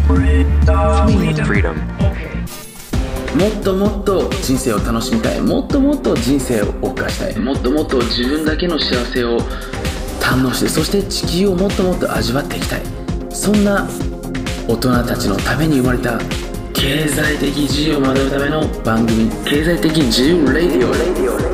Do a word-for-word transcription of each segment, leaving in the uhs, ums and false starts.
Freedom。もっともっと人生を楽しみたい、もっともっと人生を謳歌したい、もっともっと自分だけの幸せを堪能して、そして地球をもっともっと味わっていきたい、そんな大人たちのために生まれた経済的自由を学ぶための番組、経済的自由レディオ。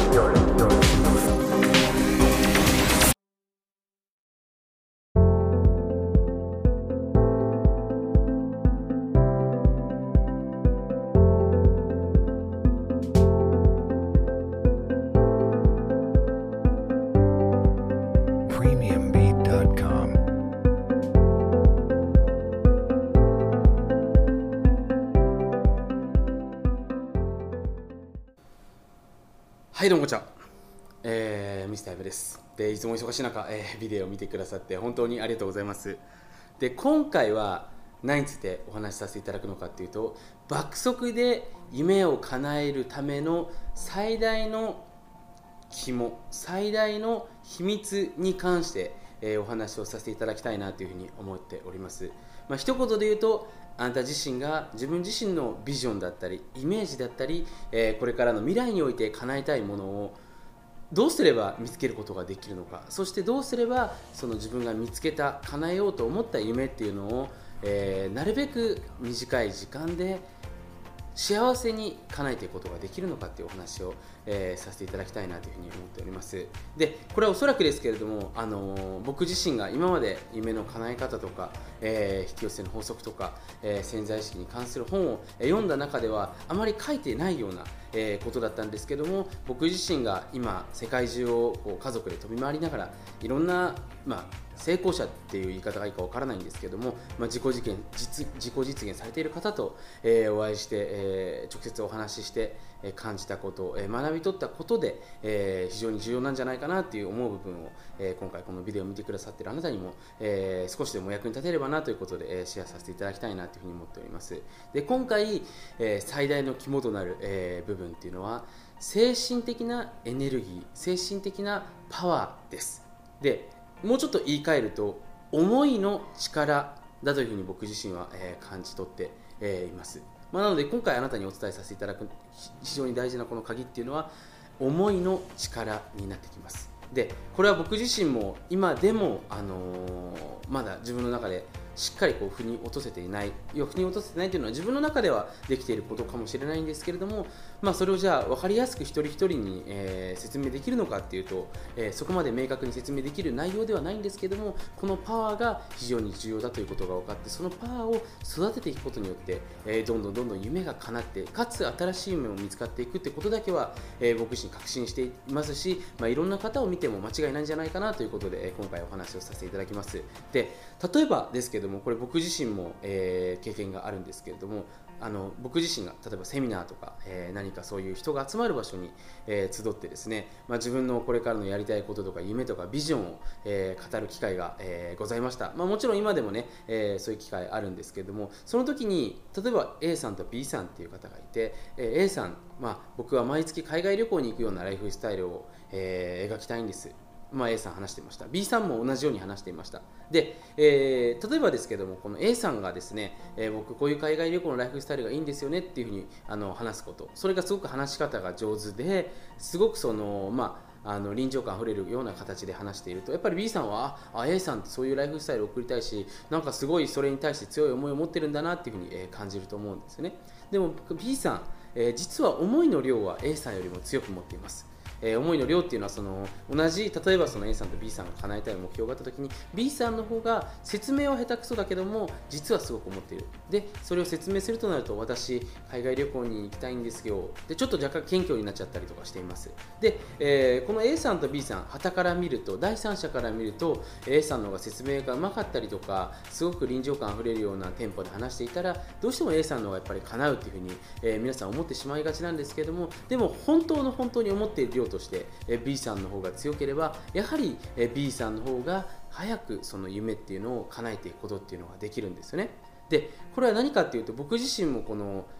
はい、どうもこんにちは、えー、ミスターエブです。で、いつも忙しい中、えー、ビデオを見てくださって本当にありがとうございます。で、今回は何についてお話しさせていただくのかっていうと、爆速で夢を叶えるための最大の肝、最大の秘密に関して、えー、お話をさせていただきたいなというふうに思っております。まあ、一言で言うと、あなた自身が自分自身のビジョンだったりイメージだったり、えー、これからの未来において叶えたいものをどうすれば見つけることができるのか、そしてどうすればその自分が見つけた叶えようと思った夢っていうのを、えー、なるべく短い時間で幸せに叶えていくことができるのかっていうお話を、えー、させていただきたいなというふうに思っております。で、これはおそらくですけれども、あのー、僕自身が今まで夢の叶え方とか、えー、引き寄せの法則とか、えー、潜在意識に関する本を読んだ中ではあまり書いてないような、えー、ことだったんですけども、僕自身が今世界中をこう家族で飛び回りながらいろんな、まあ成功者っていう言い方がいいかわからないんですけども、まあ、自己実現、実自己実現されている方と、えー、お会いして、えー、直接お話しして、えー、感じたこと、えー、学び取ったことで、えー、非常に重要なんじゃないかなという思う部分を、えー、今回このビデオを見てくださっているあなたにも、えー、少しでもお役に立てればなということで、えー、シェアさせていただきたいなというふうに思っております。で、今回、えー、最大の肝となる、えー、部分っていうのは精神的なエネルギー、精神的なパワーです。で、もうちょっと言い換えると思いの力だというふうに僕自身は、えー、感じ取って、えー、います。まあ、なので今回あなたにお伝えさせていただく非常に大事なこの鍵っていうのは思いの力になってきます。で、これは僕自身も今でも、あのー、まだ自分の中でしっかりこう腑に落とせていない、いや腑に落とせてないというのは自分の中ではできていることかもしれないんですけれども、まあ、それをじゃあ分かりやすく一人一人に、えー、説明できるのかっていうと、えー、そこまで明確に説明できる内容ではないんですけれども、このパワーが非常に重要だということが分かって、そのパワーを育てていくことによって、えー、どんどんどんどん夢が叶って、かつ新しい夢も見つかっていくってことだけは、えー、僕自身確信していますし、まあ、いろんな方を見ても間違いないんじゃないかなということで、えー、今回お話をさせていただきます。で、例えばですけども、これ僕自身も、えー、経験があるんですけれども、あの僕自身が例えばセミナーとか、えー、何かそういう人が集まる場所に、えー、集ってですね、まあ、自分のこれからのやりたいこととか夢とかビジョンを、えー、語る機会が、えー、ございました。まあ、もちろん今でもね、えー、そういう機会あるんですけれども、その時に例えば A さんと B さんっていう方がいて、えー、A さん、まあ、僕は毎月海外旅行に行くようなライフスタイルを、えー、描きたいんです。まあ、A さん話していました。 B さんも同じように話していました。で、えー、例えばですけども、この A さんがですね、えー、僕こういう海外旅行のライフスタイルがいいんですよねっていうふうにあの話すこと、それがすごく話し方が上手で、すごくそのまああの臨場感あふれるような形で話していると、やっぱり B さんはあ A さんってそういうライフスタイルを送りたいし、なんかすごいそれに対して強い思いを持ってるんだなっていうふうに、えー、感じると思うんですよね。でも B さん、えー、実は思いの量は A さんよりも強く持っています。えー、思いの量っていうのはその同じ、例えばその A さんと B さんが叶えたい目標があった時に B さんの方が説明は下手くそだけども実はすごく思っている。でそれを説明するとなると、私海外旅行に行きたいんですよで、ちょっと若干謙虚になっちゃったりとかしています。で、えー、この A さんと B さん、傍から見ると、第三者から見ると A さんの方が説明がうまかったりとか、すごく臨場感あふれるようなテンポで話していたら、どうしても A さんの方がやっぱり叶うっていうふうに、えー、皆さん思ってしまいがちなんですけれども、でも本当の本当に思っている量として、えー、B さんの方が強ければ、やはり、えー、B さんの方が早くその夢っていうのを叶えていくことっていうのができるんですよね。でこれは何かっていうと、僕自身もこの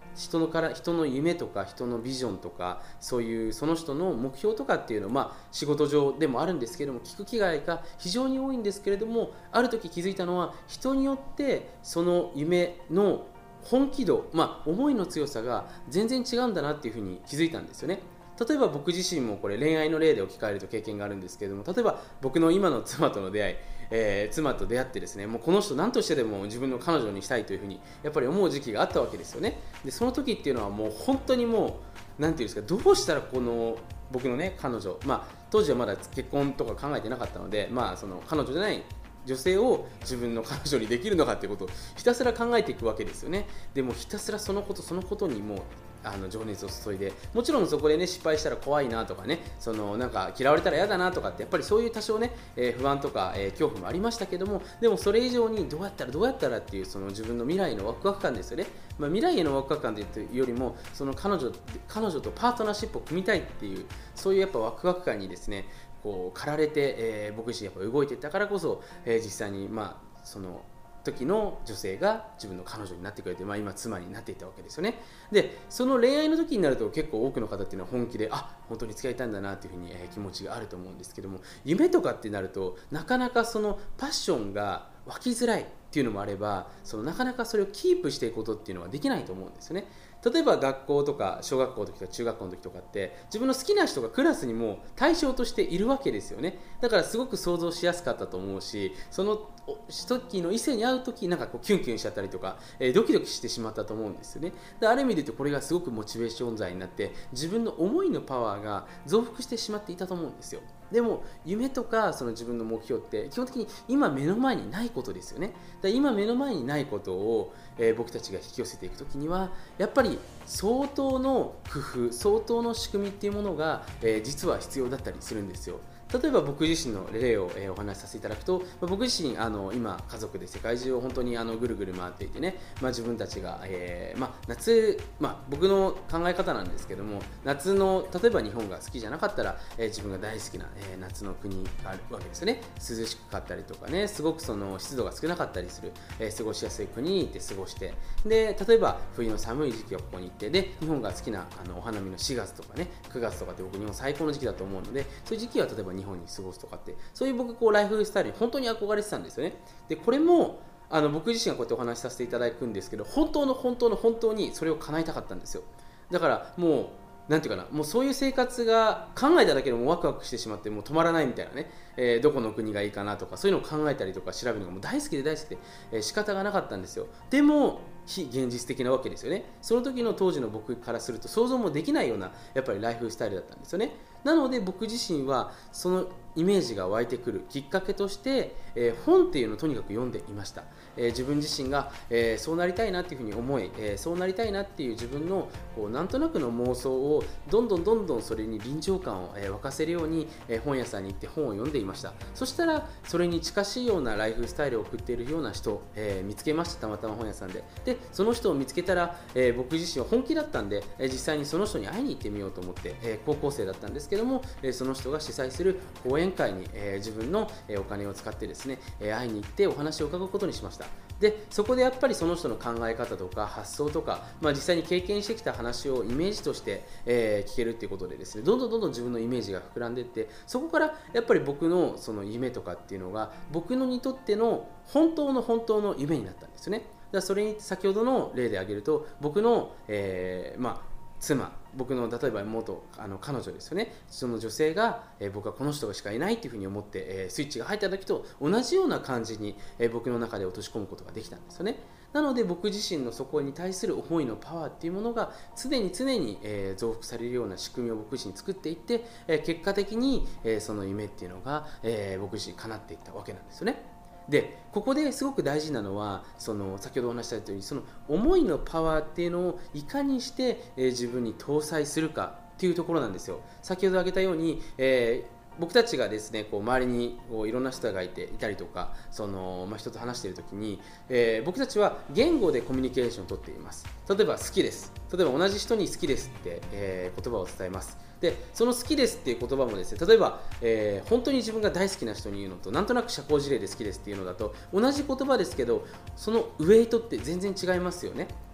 人のから人の夢とか人のビジョンとかそういうその人の目標とかっていうのを、まあ、仕事上でもあるんですけれども聞く機会が非常に多いんですけれども、ある時気づいたのは人によってその夢の本気度、まあ、思いの強さが全然違うんだなっていうふうに気づいたんですよね。例えば僕自身もこれ恋愛の例で置き換えると経験があるんですけれども、例えば僕の今の妻との出会い、えー、妻と出会ってですね、もうこの人何としてでも自分の彼女にしたいというふうにやっぱり思う時期があったわけですよね。でその時っていうのはもう本当にもうなんていうんですか、どうしたらこの僕のね彼女、まあ、当時はまだ結婚とか考えてなかったので、まあ、その彼女じゃない女性を自分の彼女にできるのかということをひたすら考えていくわけですよね。でもひたすらそのことそのことにもうあの情熱を注いで、もちろんそこでね失敗したら怖いなとかね、そのなんか嫌われたら嫌だなとかってやっぱりそういう多少ね、えー、不安とか、えー、恐怖もありましたけども、でもそれ以上にどうやったらどうやったらっていうその自分の未来のワクワク感ですよね。まあ、未来へのワクワク感というよりもその彼女彼女とパートナーシップを組みたいっていうそういうやっぱワクワク感にですねこう駆られて、えー、僕自身やっぱ動いていったからこそ、えー、実際にまあその時の女性が自分の彼女になってくれて、まあ、今妻になっていったわけですよね。でその恋愛の時になると結構多くの方っていうのは本気であ本当に付き合いたいんだなというふうに、えー、気持ちがあると思うんですけども、夢とかってなるとなかなかそのパッションが湧きづらいっていうのもあれば、そのなかなかそれをキープしていくことっていうのはできないと思うんですよね。例えば学校とか小学校の時とか中学校の時とかって自分の好きな人がクラスにも対象としているわけですよね。だからすごく想像しやすかったと思うし、その時の異性に会う時なんかこうキュンキュンしちゃったりとか、えー、ドキドキしてしまったと思うんですよね。である意味で言うとこれがすごくモチベーション剤になって自分の思いのパワーが増幅してしまっていたと思うんですよ。でも夢とかその自分の目標って基本的に今目の前にないことですよね。だから今目の前にないことを、えー、僕たちが引き寄せていくときにはやっぱり相当の工夫相当の仕組みっていうものが、えー、実は必要だったりするんですよ。例えば僕自身の例を、えー、お話しさせていただくと、僕自身あの今家族で世界中を本当にあのぐるぐる回っていてね、まあ、自分たちが、えーまあ、夏、まあ、僕の考え方なんですけども、夏の例えば日本が好きじゃなかったら、えー、自分が大好きな、えー、夏の国があるわけですよね。涼しかったりとかね、すごくその湿度が少なかったりする、えー、過ごしやすい国に行って過ごして、で例えば冬の寒い時期はここに行って、で日本が好きなあのお花見のしがつとかねくがつとかって僕日本最高の時期だと思うので、そういう時期は例えば日本に過ごすとかって、そういう僕こうライフスタイルに本当に憧れてたんですよね。でこれもあの僕自身がこうやってお話しさせていただくんですけど、本当の本当の本当にそれを叶えたかったんですよ。だからもうなんていうかな、もうそういう生活が考えただけでもワクワクしてしまってもう止まらないみたいなね、えー、どこの国がいいかなとかそういうのを考えたりとか調べるのがもう大好きで大好きで、えー、仕方がなかったんですよ。でも非現実的なわけですよね。その時の当時の僕からすると想像もできないようなやっぱりライフスタイルだったんですよね。なので僕自身はそのイメージが湧いてくるきっかけとして、えー、本っていうのをとにかく読んでいました。えー、自分自身が、えー、そうなりたいなっていうふうに思い、えー、そうなりたいなっていう自分のこうなんとなくの妄想をどんどんどんどんそれに臨場感を、えー、沸かせるように、えー、本屋さんに行って本を読んでいました。そしたらそれに近しいようなライフスタイルを送っているような人を、えー、見つけました。たまたま本屋さんででその人を見つけたら、えー、僕自身は本気だったんで、えー、実際にその人に会いに行ってみようと思って、えー、高校生だったんですけども、えー、その人が主催する講演会に、えー、自分の、えー、お金を使ってですね、えー、会いに行ってお話を伺うことにしました。でそこでやっぱりその人の考え方とか発想とか、まあ、実際に経験してきた話をイメージとして、えー、聞けるっていうことでですね、どんどんどんどん自分のイメージが膨らんでいって、そこからやっぱり僕のその夢とかっていうのが僕のにとっての本当の本当の夢になったんですよね。だからそれに先ほどの例で挙げると僕の、えー、まあ妻、僕の例えば元あの彼女ですよね。その女性が、えー、僕はこの人がしかいないというふうに思って、えー、スイッチが入った時と同じような感じに、えー、僕の中で落とし込むことができたんですよね。なので僕自身のそこに対する思いのパワーっていうものが常に常に、えー、増幅されるような仕組みを僕自身作っていって、えー、結果的に、えー、その夢っていうのが、えー、僕自身叶っていったわけなんですよね。でここですごく大事なのはその先ほどお話ししたようにその思いのパワーっていうのをいかにして、えー、自分に搭載するかっていうところなんですよ。先ほど挙げたように、えー僕たちがですねこう周りにこういろんな人がいていたりとかその、まあ、人と話しているときに、えー、僕たちは言語でコミュニケーションをとっています。例えば好きです、例えば同じ人に好きですって、えー、言葉を伝えます。でその好きですっていう言葉もですね、例えば、えー、本当に自分が大好きな人に言うのとなんとなく社交辞令で好きですっていうのだと同じ言葉ですけどそのウェイトって全然違いますよね。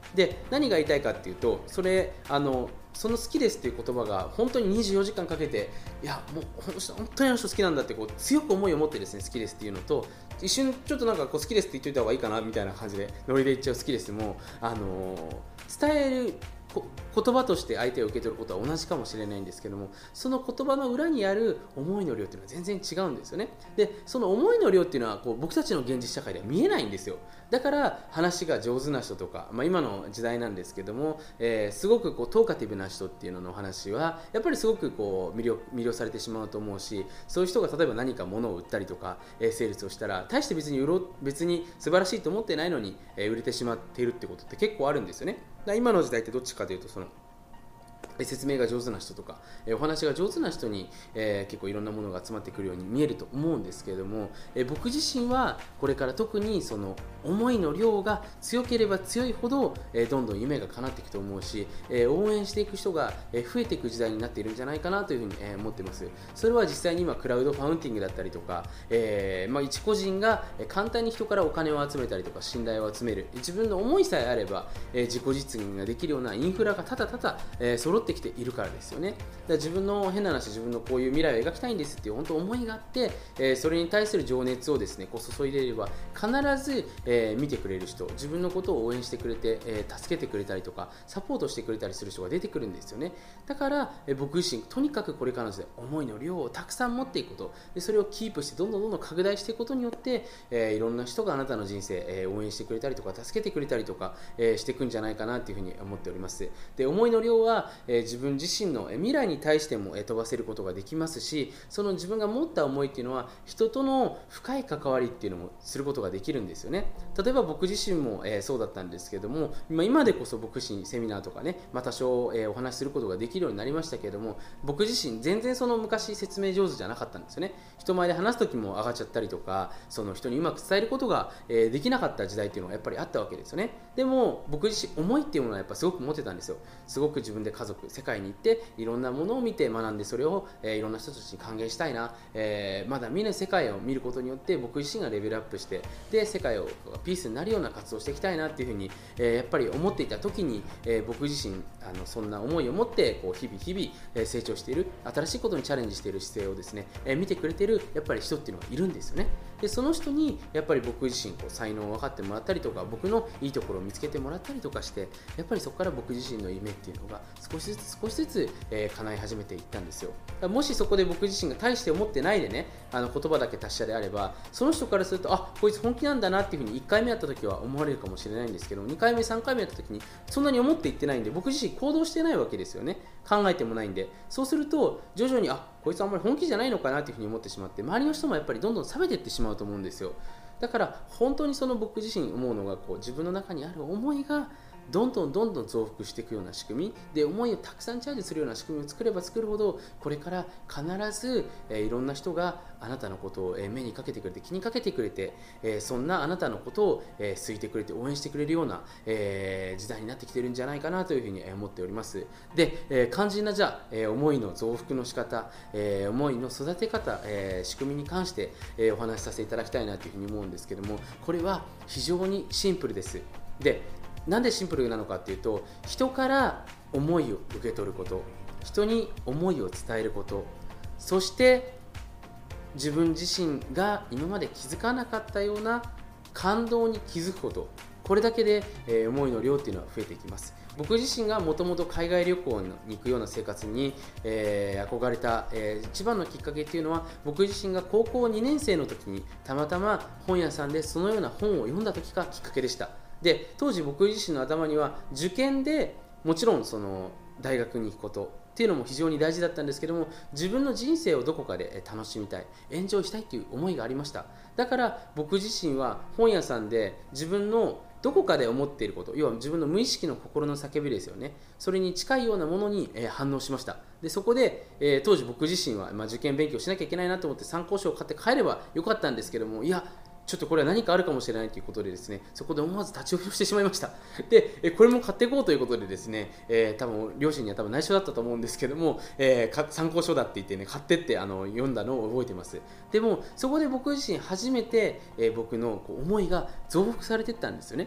で何が言いたいかっていうと、それあのその好きですっていう言葉が本当ににじゅうよじかんかけて、いやもう本当にあの人好きなんだってこう強く思いを持ってですね好きですっていうのと、一瞬ちょっとなんかこう好きですって言っといた方がいいかなみたいな感じでノリで言っちゃう好きですも、あのー、伝える言葉として相手を受け取ることは同じかもしれないんですけども、その言葉の裏にある思いの量っていうのは全然違うんですよね。でその思いの量っていうのはこう僕たちの現実社会では見えないんですよ。だから話が上手な人とか、まあ、今の時代なんですけども、えー、すごくこうトーカティブな人っていうのの話はやっぱりすごくこう魅了、魅了されてしまうと思うし、そういう人が例えば何か物を売ったりとか、えー、セールスをしたら大して別に売ろ別に素晴らしいと思ってないのに、えー、売れてしまっているってことって結構あるんですよね。だ今の時代ってどっちかというとその説明が上手な人とか、えお話が上手な人に、えー、結構いろんなものが集まってくるように見えると思うんですけれども、えー、僕自身はこれから特にその思いの量が強ければ強いほど、えー、どんどん夢が叶っていくと思うし、えー、応援していく人が、えー、増えていく時代になっているんじゃないかなというふうに、えー、思っています。それは実際に今クラウドファウンティングだったりとか、えーまあ、一個人が簡単に人からお金を集めたりとか信頼を集める、自分の思いさえあれば、えー、自己実現ができるようなインフラがただただ、えー、揃ってきているからですよね。だから自分の変な話、自分のこういう未来を描きたいんですっていう本当思いがあって、えー、それに対する情熱をですねこう注いでいれば必ず、えー、見てくれる人、自分のことを応援してくれて、えー、助けてくれたりとかサポートしてくれたりする人が出てくるんですよね。だから、えー、僕自身とにかくこれからの時代思いの量をたくさん持っていくこと、でそれをキープしてどんどんどんどん拡大していくことによって、えー、いろんな人があなたの人生、えー、応援してくれたりとか助けてくれたりとか、えー、していくんじゃないかなというふうに思っております。で思いの量は、えー、自分自身の未来に対しても飛ばせることができますし、その自分が持った思いっていうのは人との深い関わりっていうのもすることができるんですよね。例えば僕自身も、えー、そうだったんですけども、今今でこそ僕自身セミナーとかね、また多少、えー、お話しすることができるようになりましたけれども、僕自身全然その昔説明上手じゃなかったんですよね。人前で話す時も上がっちゃったりとか、その人にうまく伝えることが、えー、できなかった時代っていうのがやっぱりあったわけですよね。でも僕自身思いっていうものはやっぱすごく持ってたんですよ。すごく自分で家族世界に行っていろんなものを見て学んで、それを、えー、いろんな人たちに還元したいな、えー、まだ見ぬ世界を見ることによって僕自身がレベルアップして、で世界をピースになるような活動をしていきたいなっていうふうに、えー、やっぱり思っていた時に、えー、僕自身あのそんな思いを持ってこう日々日々、えー、成長している、新しいことにチャレンジしている姿勢をですね、えー、見てくれているやっぱり人っていうのがいるんですよね。でその人にやっぱり僕自身こう才能を分かってもらったりとか、僕のいいところを見つけてもらったりとかして、やっぱりそこから僕自身の夢っていうのが少しずつ少しずつ、えー、叶い始めていったんですよ。もしそこで僕自身が大して思ってないでね、あの言葉だけ達者であれば、その人からするとあこいつ本気なんだなっていうふうにいっかいめやった時は思われるかもしれないんですけど、にかいめさんかいめやった時にそんなに思っていってないんで、僕自身行動してないわけですよね。考えてもないんで、そうすると徐々にあこいつあんまり本気じゃないのかなっていうふうに思ってしまって、周りの人もやっぱりどんどん冷めていってしまうと思うんですよ。だから本当にその僕自身思うのが、こう自分の中にある思いがどんどんどんどん増幅していくような仕組みで、思いをたくさんチャージするような仕組みを作れば作るほど、これから必ず、えー、いろんな人があなたのことを、えー、目にかけてくれて気にかけてくれて、えー、そんなあなたのことを、えー、好いてくれて応援してくれるような、えー、時代になってきてるんじゃないかなというふうに思っております。で、えー、肝心なじゃあ、えー、思いの増幅の仕方、えー、思いの育て方、えー、仕組みに関して、えー、お話しさせていただきたいなというふうに思うんですけども、これは非常にシンプルです。でなんでシンプルなのかっていうと、人から思いを受け取ること、人に思いを伝えること、そして自分自身が今まで気づかなかったような感動に気づくこと、これだけで、えー、思いの量っていうのは増えていきます。僕自身がもともと海外旅行に行くような生活に、えー、憧れた、えー、一番のきっかけっていうのは、僕自身が高校にねん生の時にたまたま本屋さんでそのような本を読んだ時がきっかけでした。で当時僕自身の頭には、受験でもちろんその大学に行くことっていうのも非常に大事だったんですけども、自分の人生をどこかで楽しみたい、エンジョイしたいっていう思いがありました。だから僕自身は本屋さんで自分のどこかで思っていること、要は自分の無意識の心の叫びですよね、それに近いようなものに、えー、反応しました。でそこで、えー、当時僕自身は、まあ、受験勉強しなきゃいけないなと思って参考書を買って帰ればよかったんですけども、いやちょっとこれは何かあるかもしれないということでですね、そこで思わず立ち読みをしてしまいました。でこれも買っていこうということでですね、えー、多分両親には多分内緒だったと思うんですけども、えー、参考書だって言ってね買ってってあの読んだのを覚えてます。でもそこで僕自身初めて、えー、僕のこう思いが増幅されていったんですよね。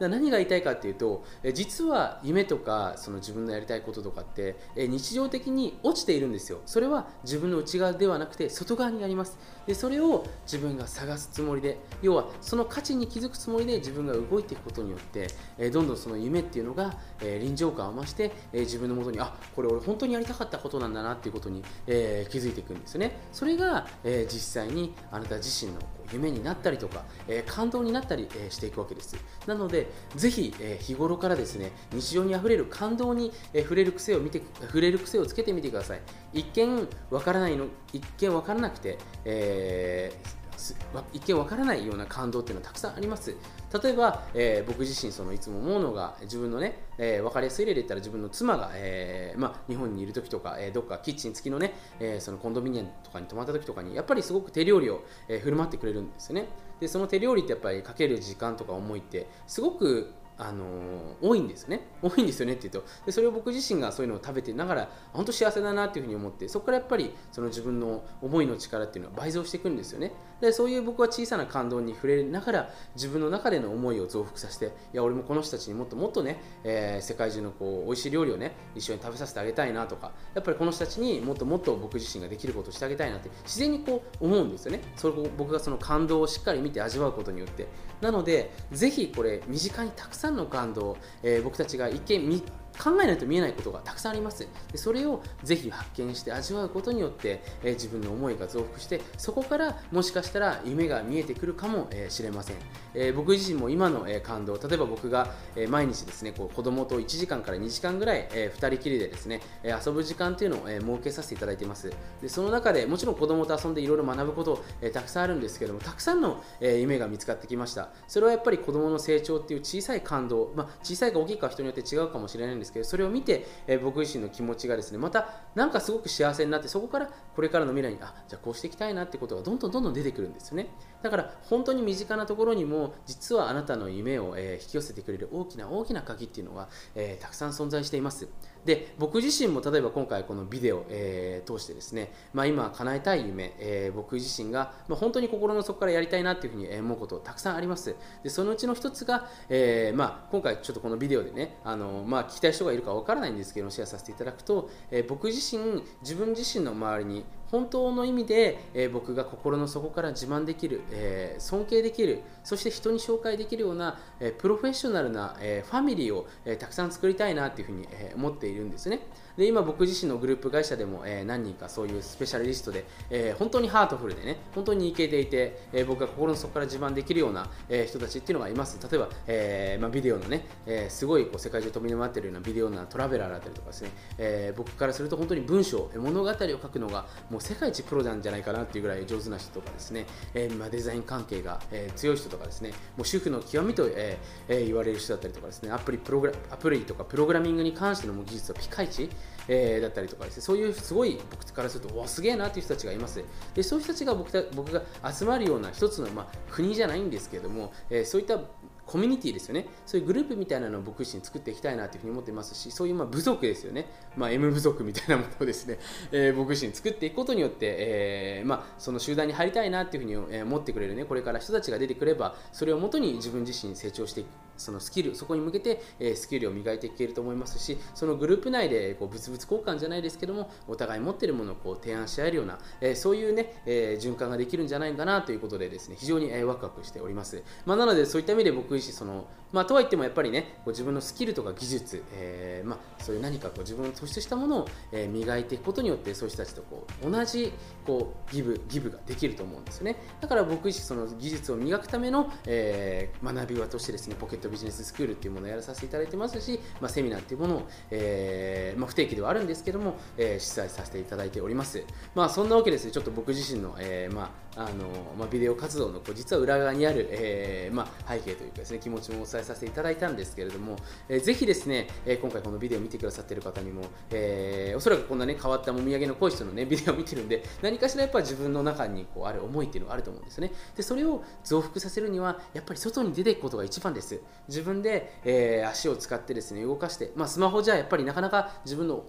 ら何が言いたいかっていうと、え実は夢とかその自分のやりたいこととかって、え日常的に落ちているんですよ。それは自分の内側ではなくて外側にあります。でそれを自分が探すつもりで、要はその価値に気づくつもりで自分が動いていくことによって、えどんどんその夢っていうのが、え臨場感を増して、え自分のもとに、あ、これ俺本当にやりたかったことなんだなっていうことに、え気づいていくんですよね。それが、え実際にあなた自身の夢になったりとか、え感動になったり、えしていくわけです。なのでぜひ、え日頃からですね、日常にあふれる感動に、え触れる癖を見て触れる癖をつけてみてください。一見わからないの一見わからなくて、えー一見わからないような感動っていうのはたくさんあります。例えば、えー、僕自身そのいつも思うのが、自分のね、えー、分かりやすい例で言ったら自分の妻が、えーまあ、日本にいる時とか、えー、どっかキッチン付きのね、えー、そのコンドミニアムとかに泊まった時とかにやっぱりすごく手料理を、えー、振る舞ってくれるんですよね。でその手料理ってやっぱりかける時間とか思いってすごくあのー、多いんですよね多いんですよねって言うと、でそれを僕自身がそういうのを食べてながら本当幸せだなっていうふうに思って、そこからやっぱりその自分の思いの力っていうのは倍増していくんですよね。でそういう僕は小さな感動に触れながら自分の中での思いを増幅させて、いや俺もこの人たちにもっともっとね、えー、世界中のこう美味しい料理をね一緒に食べさせてあげたいなとか、やっぱりこの人たちにもっともっと僕自身ができることをしてあげたいなって自然にこう思うんですよね。それを僕がその感動をしっかり見て味わうことによって、なのでぜひこれ身近にたくさんの感動、えー、僕たちが一見見考えないと見えないことがたくさんあります。でそれをぜひ発見して味わうことによって、えー、自分の思いが増幅して、そこからもしかしたら夢が見えてくるかもしれません。えー、僕自身も今の、えー、感動、例えば僕が、えー、毎日ですねこう子供といちじかんからにじかんぐらい、えー、ふたりきりでですね、えー、遊ぶ時間というのを、えー、設けさせていただいています。でその中でもちろん子供と遊んでいろいろ学ぶこと、えー、たくさんあるんですけども、たくさんの、えー、夢が見つかってきました。それはやっぱり子供の成長っていう小さい感動、まあ、小さいか大きいかは人によって違うかもしれないんですけど、それを見てえー、僕自身の気持ちがですねまたなんかすごく幸せになって、そこからこれからの未来にあじゃあこうしていきたいなってことがどんどんどんどん出てくるんですよね。だから本当に身近なところにも実はあなたの夢を、えー、引き寄せてくれる大きな大きな鍵っていうのが、えー、たくさん存在しています。で僕自身も例えば今回このビデオを、えー、通してですね、まあ、今叶えたい夢、えー、僕自身が、まあ、本当に心の底からやりたいなっていうふうに思うことたくさんあります。でそのうちの一つが、えーまあ、今回ちょっとこのビデオでねあの、まあ、聞きたい人がいるかわからないんですけどシェアさせていただくと、えー、僕自身自分自身の周りに本当の意味で、えー、僕が心の底から自慢できる、えー、尊敬できる、そして人に紹介できるような、えー、プロフェッショナルな、えー、ファミリーを、えー、たくさん作りたいなというふうに、えー、思っているんですね。で今僕自身のグループ会社でも、えー、何人かそういうスペシャリストで、えー、本当にハートフルでね本当にイケていて、えー、僕が心の底から自慢できるような、えー、人たちっていうのがいます。例えば、えーまあ、ビデオのね、えー、すごいこう世界中飛び回っているようなビデオなトラベラーだったりとかですね、えー、僕からすると本当に文章物語を書くのがもう世界一プロなんじゃないかなっていうぐらい上手な人とかですね、えーまあ、デザイン関係が、えー、強い人とかですね、もう主婦の極みと、えーえー、言われる人だったりとかですね、アプリプログラアプリとかプログラミングに関してのも技術はピカイチ、えー、だったりとかですね、そういうすごい僕からするとわすげえなっていう人たちがいます。でそういう人たちが 僕, た僕が集まるような一つの、まあ、国じゃないんですけれども、えー、そういったコミュニティですよね、そういうグループみたいなのを僕自身作っていきたいなというふうに思っていますし、そういうまあ部族ですよね、まあ、M 部族みたいなものをですね、えー、僕自身作っていくことによって、えーまあ、その集団に入りたいなというふうに思ってくれるねこれから人たちが出てくれば、それをもとに自分自身成長していく、そのスキルそこに向けて、えー、スキルを磨いていけると思いますし、そのグループ内でこう物々交換じゃないですけどもお互い持っているものをこう提案し合えるような、えー、そういうね、えー、循環ができるんじゃないかなということでですね非常に、えー、ワクワクしております。まあ、なのでそういった意味で僕自身その、まあ、とはいってもやっぱりねこう自分のスキルとか技術、えーまあ、そういう何かこう自分の突出したものを、えー、磨いていくことによってそういう人たちとこう同じこうギブギブができると思うんですよね。だから僕自身その技術を磨くための、えー、学び場としてですねポケットビジネススクールっていうものをやらさせていただいてますし、まあ、セミナーっていうものを、えーまあ、不定期ではあるんですけども、えー、主催させていただいております。まあそんなわけですね、ちょっと僕自身の、えーまああのまあ、ビデオ活動のこう実は裏側にある、えーまあ、背景というかですね気持ちもお伝えさせていただいたんですけれども、えー、ぜひですね、えー、今回このビデオを見てくださっている方にも、えー、おそらくこんなね変わったもみあげの濃い人のねビデオを見てるんで何かしらやっぱり自分の中にこうある思いっていうのがあると思うんですね。でそれを増幅させるにはやっぱり外に出ていくことが一番です。自分で、えー、足を使ってですね動かして、まあ、スマホじゃやっぱりなかなか自分の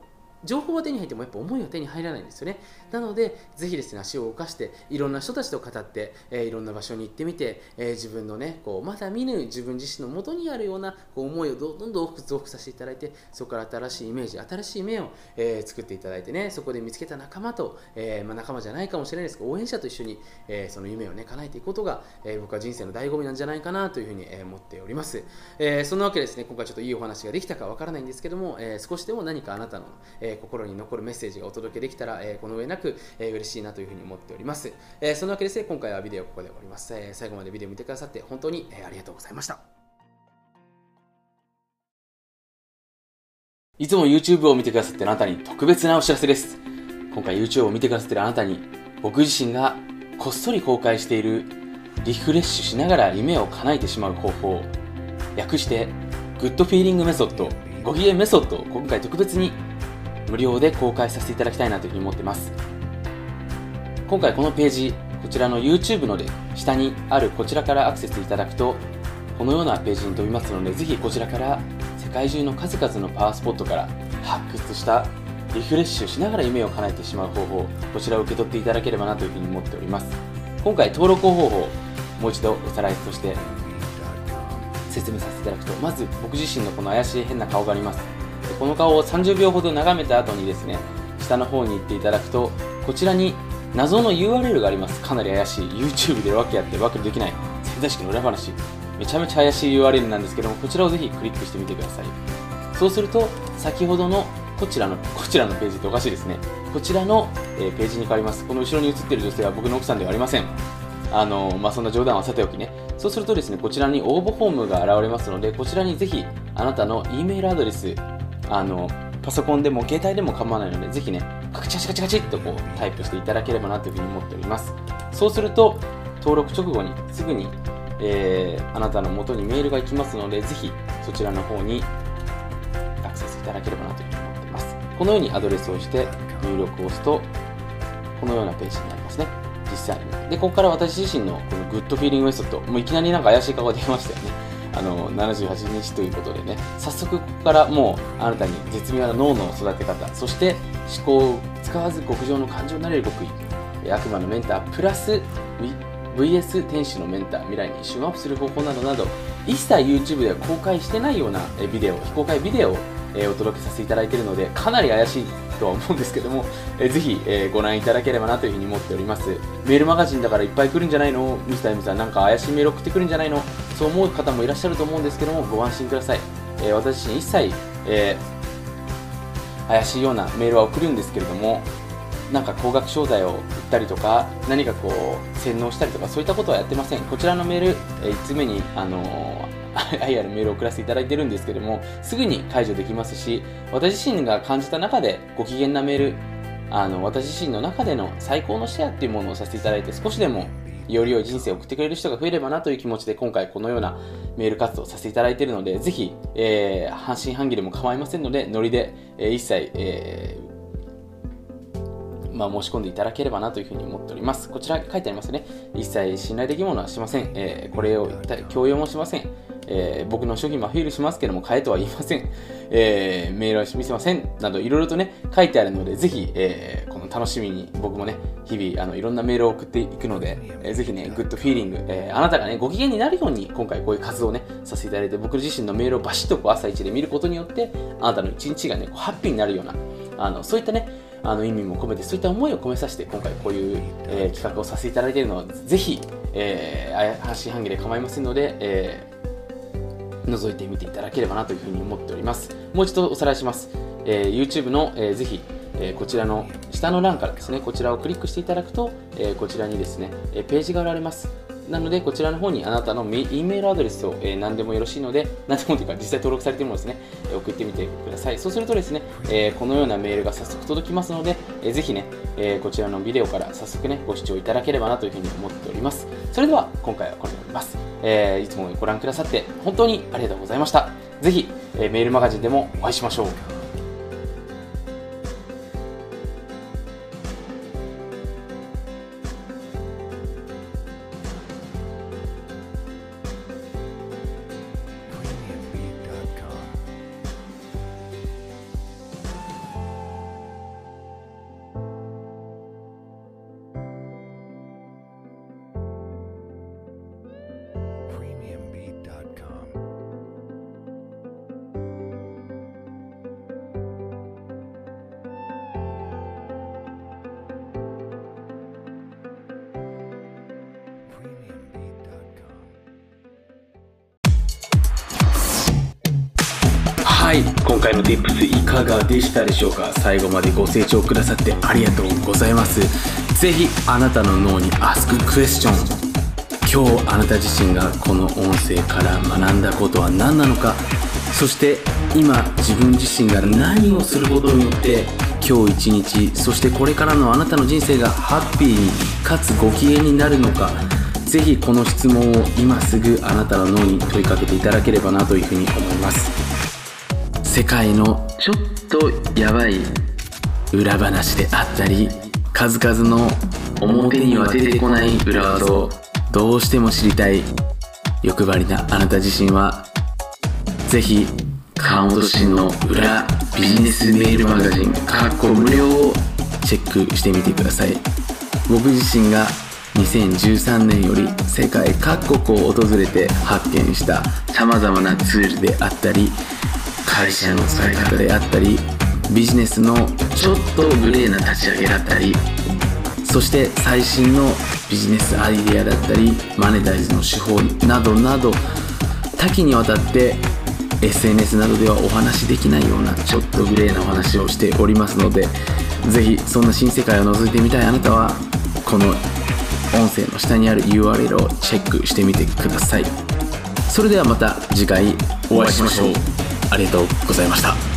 情報は手に入ってもやっぱ思いは手に入らないんですよね。なのでぜひですね足を動かしていろんな人たちと語って、えー、いろんな場所に行ってみて、えー、自分のねこうまだ見ぬ自分自身の元にあるようなこう思いをどんどん増幅させていただいて、そこから新しいイメージ新しい夢を、えー、作っていただいてね、そこで見つけた仲間と、えーまあ、仲間じゃないかもしれないですけど応援者と一緒に、えー、その夢をね叶えていくことが、えー、僕は人生の醍醐味なんじゃないかなというふうに、えー、思っております。えー、そんなわけですね、今回ちょっといいお話ができたかわからないんですけども、えー、少しでも何かあなたの、えー、心に残るメッセージがお届けできたら、えー、この上なく、えー、嬉しいなというふうに思っております。えー、そんなわけですね、今回はビデオここで終わります。えー、最後までビデオ見てくださって本当に、えー、ありがとうございました。いつも YouTube を見てくださっているあなたに特別なお知らせです。今回 YouTube を見てくださっているあなたに僕自身がこっそり公開しているリフレッシュしながら夢を叶えてしまう方法、略してグッドフィーリングメソッド、ご機嫌メソッドを今回特別に無料で公開させていただきたいなというふうに思っています。今回このページ、こちらの YouTube ので下にあるこちらからアクセスいただくとこのようなページに飛びますので、ぜひこちらから世界中の数々のパワースポットから発掘したリフレッシュしながら夢を叶えてしまう方法、こちらを受け取っていただければなというふうに思っております。今回登録方法をもう一度おさらいとして説明させていただくと、まず僕自身のこの怪しい変な顔があります。この顔をさんじゅうびょうほど眺めた後にですね、下の方に行っていただくとこちらに謎の ユーアールエル があります。かなり怪しい YouTube でわけやってわけできない潜在意識の裏話、めちゃめちゃ怪しい ユーアールエル なんですけども、こちらをぜひクリックしてみてください。そうすると先ほどのこちらのこちらのページっておかしいですね。こちらの、えー、ページに変わります。この後ろに映っている女性は僕の奥さんではありません。あのまあ、そんな冗談はさておきね。そうするとですね、こちらに応募フォームが現れますので、こちらにぜひあなたの E メールアドレス、あのパソコンでも携帯でも構わないので、ぜひねカチカチカチカチっとこうタイプしていただければなというふうに思っております。そうすると登録直後にすぐに、えー、あなたの元にメールが行きますので、ぜひそちらの方にアクセスいただければなというふうに思っています。このようにアドレスをして入力を押すとこのようなページになりますね、実際に。でここから私自身のこのグッドフィーリングメソッド、もういきなりなんか怪しい顔ができましたよね。あのななじゅうはちにちということでね、早速ここからもうあなたに絶妙な脳の育て方、そして思考を使わず極上の感情になれる極意、悪魔のメンタープラス ブイエス 天使のメンター、未来に一瞬アップする方法などなど、一切 YouTube では公開してないようなビデオ、非公開ビデオをお届けさせていただいているので、かなり怪しいとは思うんですけども、えぜひ、えご覧いただければなというふうに思っております。メールマガジンだからいっぱい来るんじゃないの、ミスター M さんなんか怪しいメール送ってくるんじゃないの、そう思う方もいらっしゃると思うんですけども、ご安心ください。えー、私自身一切、えー、怪しいようなメールは送るんですけれども、なんか高額商材を売ったりとか、何かこう洗脳したりとか、そういったことはやってません。こちらのメール、えー、いっつめにあのー愛あるメールを送らせていただいているんですけども、すぐに解除できますし、私自身が感じた中でご機嫌なメール、あの私自身の中での最高のシェアっていうものをさせていただいて、少しでもより良い人生を送ってくれる人が増えればなという気持ちで今回このようなメール活動をさせていただいているので、ぜひ、えー、半信半疑でも構いませんので、ノリで、えー、一切、えーまあ、申し込んでいただければなというふうに思っております。こちら書いてありますね。一切信頼できるものはしません。えー、これを強要もしません。えー、僕の商品もアピールしますけども、買えとは言いません。えー、メールは見せません。などいろいろとね、書いてあるので、ぜひ、えー、この楽しみに僕もね、日々あのいろんなメールを送っていくので、えー、ぜひね、グッドフィーリング、えー、あなたがね、ご機嫌になるように、今回こういう活動をね、させていただいて、僕自身のメールをバシッとこう朝一で見ることによって、あなたの一日がね、こうハッピーになるような、あのそういったね、あの意味も込めて、そういった思いを込めさせて今回こういう、えー、企画をさせていただいているのは、ぜひ、えー、半信半疑で構いませんので、えー、覗いてみていただければなというふうに思っております。もう一度おさらいします。えー、YouTube の、えー、ぜひ、えー、こちらの下の欄からですね、こちらをクリックしていただくと、えー、こちらにですね、えー、ページが現れます。なのでこちらの方にあなたの E メールアドレスを、えー、何でもよろしいので、何でもというか実際登録されているものですね、えー、送ってみてください。そうするとですね、えー、このようなメールが早速届きますので、えー、ぜひね、えー、こちらのビデオから早速ねご視聴いただければなというふうに思っております。それでは今回はこれで終わります。えー、いつもご覧くださって本当にありがとうございました。ぜひ、えー、メールマガジンでもお会いしましょう。 はい、今回の Tips いかがでしたでしょうか。最後までご清聴くださってありがとうございます。ぜひあなたの脳に Ask Question。 今日あなた自身がこの音声から学んだことは何なのか、そして今自分自身が何をすることによって今日一日、そしてこれからのあなたの人生がハッピーにかつご機嫌になるのか、ぜひこの質問を今すぐあなたの脳に問いかけていただければなというふうに思います。世界のちょっとやばい裏話であったり、数々の表には出てこない裏技をどうしても知りたい欲張りなあなた自身は、ぜひ川本慎の裏ビジネスメールマガジンかっこ無料をチェックしてみてください。僕自身がにせんじゅうさんねんより世界各国を訪れて発見したさまざまなツールであったり、会社の使い方であったり、ビジネスのちょっとグレーな立ち上げだったり、そして最新のビジネスアイデアだったり、マネタイズの手法などなど多岐にわたって エスエヌエス などではお話しできないようなちょっとグレーなお話をしておりますので、ぜひそんな新世界を覗いてみたいあなたはこの音声の下にある ユーアールエル をチェックしてみてください。それではまた次回お会いしましょう。ありがとうございました。